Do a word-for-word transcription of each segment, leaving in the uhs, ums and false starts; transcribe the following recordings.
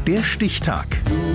Der Stichtag.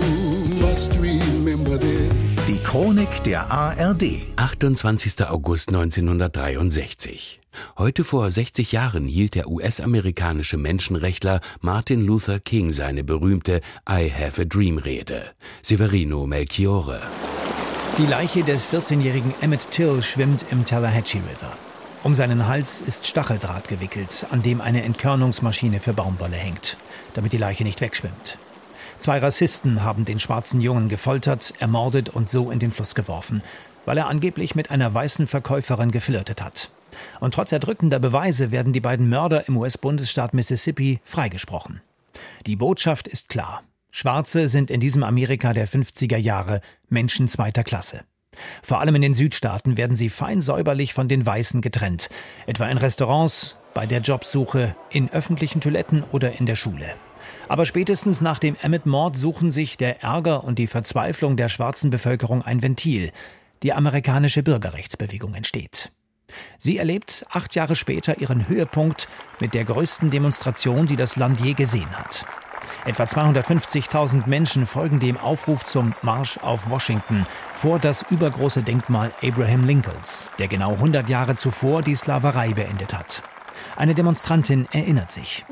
Die Chronik der A R D. achtundzwanzigster August neunzehnhundertdreiundsechzig. Heute vor sechzig Jahren hielt der U S-amerikanische Menschenrechtler Martin Luther King seine berühmte I Have a Dream-Rede. Severino Melchiorre. Die Leiche des vierzehnjährigen Emmett Till schwimmt im Tallahatchie River. Um seinen Hals ist Stacheldraht gewickelt, an dem eine Entkörnungsmaschine für Baumwolle hängt, damit die Leiche nicht wegschwimmt. Zwei Rassisten haben den schwarzen Jungen gefoltert, ermordet und so in den Fluss geworfen, weil er angeblich mit einer weißen Verkäuferin geflirtet hat. Und trotz erdrückender Beweise werden die beiden Mörder im U S-Bundesstaat Mississippi freigesprochen. Die Botschaft ist klar. Schwarze sind in diesem Amerika der fünfziger Jahre Menschen zweiter Klasse. Vor allem in den Südstaaten werden sie fein säuberlich von den Weißen getrennt, etwa in Restaurants, bei der Jobsuche, in öffentlichen Toiletten oder in der Schule. Aber spätestens nach dem Emmett-Mord suchen sich der Ärger und die Verzweiflung der schwarzen Bevölkerung ein Ventil. Die amerikanische Bürgerrechtsbewegung entsteht. Sie erlebt acht Jahre später ihren Höhepunkt mit der größten Demonstration, die das Land je gesehen hat. Etwa zweihundertfünfzigtausend Menschen folgen dem Aufruf zum Marsch auf Washington vor das übergroße Denkmal Abraham Lincolns, der genau hundert Jahre zuvor die Sklaverei beendet hat. Eine Demonstrantin erinnert sich.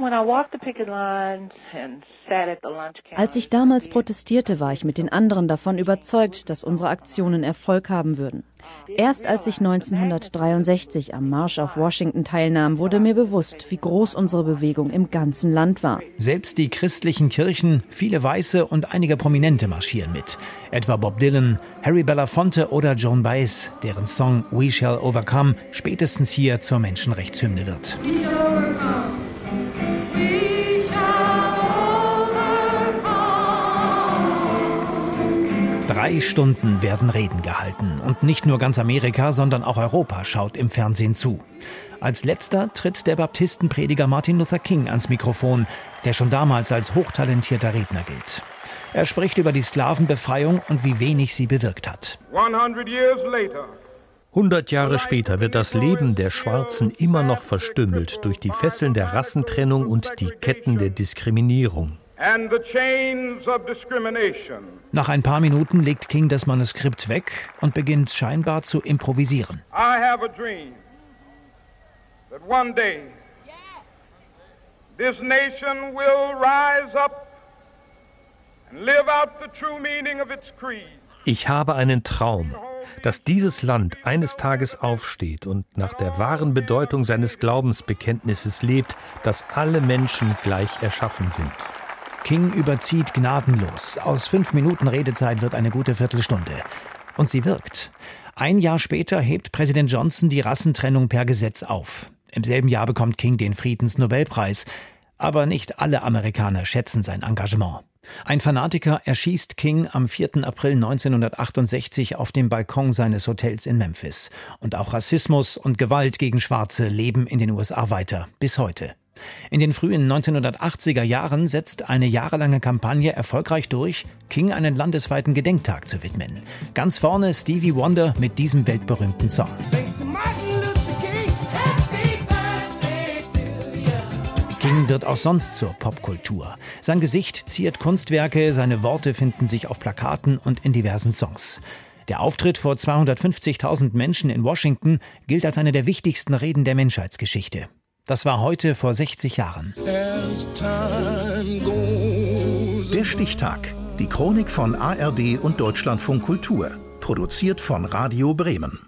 Als ich damals protestierte, war ich mit den anderen davon überzeugt, dass unsere Aktionen Erfolg haben würden. Erst als ich neunzehnhundertdreiundsechzig am Marsch auf Washington teilnahm, wurde mir bewusst, wie groß unsere Bewegung im ganzen Land war. Selbst die christlichen Kirchen, viele Weiße und einige Prominente marschieren mit. Etwa Bob Dylan, Harry Belafonte oder Joan Baez, deren Song We Shall Overcome spätestens hier zur Menschenrechtshymne wird. Drei Stunden werden Reden gehalten. Und nicht nur ganz Amerika, sondern auch Europa schaut im Fernsehen zu. Als letzter tritt der Baptistenprediger Martin Luther King ans Mikrofon, der schon damals als hochtalentierter Redner gilt. Er spricht über die Sklavenbefreiung und wie wenig sie bewirkt hat. hundert Jahre später wird das Leben der Schwarzen immer noch verstümmelt durch die Fesseln der Rassentrennung und die Ketten der Diskriminierung. Nach ein paar Minuten legt King das Manuskript weg und beginnt scheinbar zu improvisieren. I have a dream that one day this nation will rise up and live out the true meaning of its creed. Ich habe einen Traum, dass dieses Land eines Tages aufsteht und nach der wahren Bedeutung seines Glaubensbekenntnisses lebt, dass alle Menschen gleich erschaffen sind. King überzieht gnadenlos. Aus fünf Minuten Redezeit wird eine gute Viertelstunde. Und sie wirkt. Ein Jahr später hebt Präsident Johnson die Rassentrennung per Gesetz auf. Im selben Jahr bekommt King den Friedensnobelpreis. Aber nicht alle Amerikaner schätzen sein Engagement. Ein Fanatiker erschießt King am vierten April neunzehnhundertachtundsechzig auf dem Balkon seines Hotels in Memphis. Und auch Rassismus und Gewalt gegen Schwarze leben in den U S A weiter, bis heute. In den frühen neunzehnhundertachtziger Jahren setzt eine jahrelange Kampagne erfolgreich durch, King einen landesweiten Gedenktag zu widmen. Ganz vorne Stevie Wonder mit diesem weltberühmten Song. King wird auch sonst zur Popkultur. Sein Gesicht ziert Kunstwerke, seine Worte finden sich auf Plakaten und in diversen Songs. Der Auftritt vor zweihundertfünfzigtausend Menschen in Washington gilt als eine der wichtigsten Reden der Menschheitsgeschichte. Das war heute vor sechzig Jahren. Der Stichtag. Die Chronik von A R D und Deutschlandfunk Kultur. Produziert von Radio Bremen.